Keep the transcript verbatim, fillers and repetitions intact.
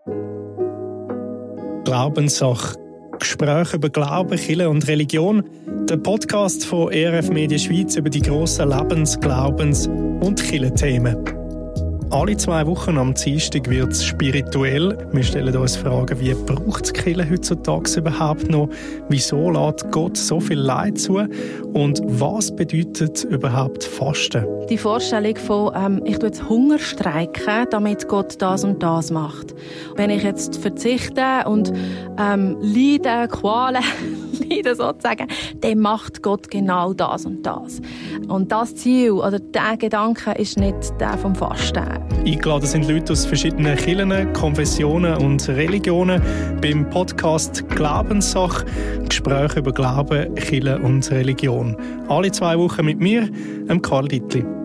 Glaubenssache. Gespräche über Glauben, Kirche und Religion. Der Podcast von E R F Media Schweiz über die grossen Lebens-, Glaubens- und Kirchenthemen. Alle zwei Wochen am Dienstag wird es spirituell. Wir stellen uns Fragen, wie braucht es Kirche heutzutage überhaupt noch? Wieso lässt Gott so viel Leid zu? Und was bedeutet überhaupt Fasten? Die Vorstellung von, ähm, ich tue jetzt Hunger streiken, damit Gott das und das macht. Wenn ich jetzt verzichte und ähm, leide, qualen, leide sozusagen, dann macht Gott genau das und das. Und das Ziel oder der Gedanke ist nicht der vom Fasten. Eingeladen sind Leute aus verschiedenen Kirchen, Konfessionen und Religionen beim Podcast «Glaubenssache», Gespräche über Glauben, Kirche und Religion. Alle zwei Wochen mit mir, Karl Dittli.